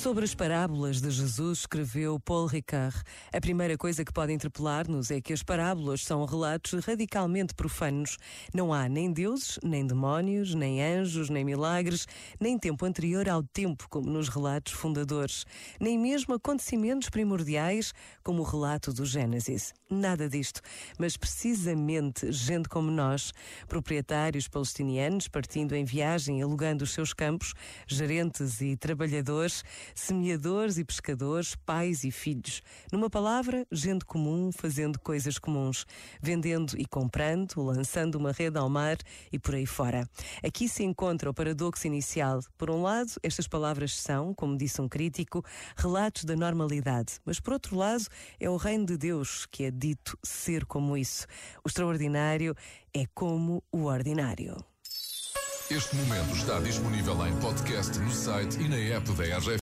Sobre as parábolas de Jesus, escreveu Paul Ricard. A primeira coisa que pode interpelar-nos é que as parábolas são relatos radicalmente profanos. Não há nem deuses, nem demónios, nem anjos, nem milagres, nem tempo anterior ao tempo, como nos relatos fundadores, nem mesmo acontecimentos primordiais, como o relato do Gênesis. Nada disto, mas precisamente gente como nós, proprietários palestinianos partindo em viagem, alugando os seus campos, gerentes e trabalhadores, semeadores e pescadores, pais e filhos. Numa palavra, gente comum fazendo coisas comuns, vendendo e comprando, lançando uma rede ao mar e por aí fora. Aqui se encontra o paradoxo inicial. Por um lado, estas palavras são, como disse um crítico, relatos da normalidade, mas por outro lado, é o reino de Deus que é dito ser como isso. O extraordinário é como o ordinário. Este momento está disponível em podcast no site e na app da RGF.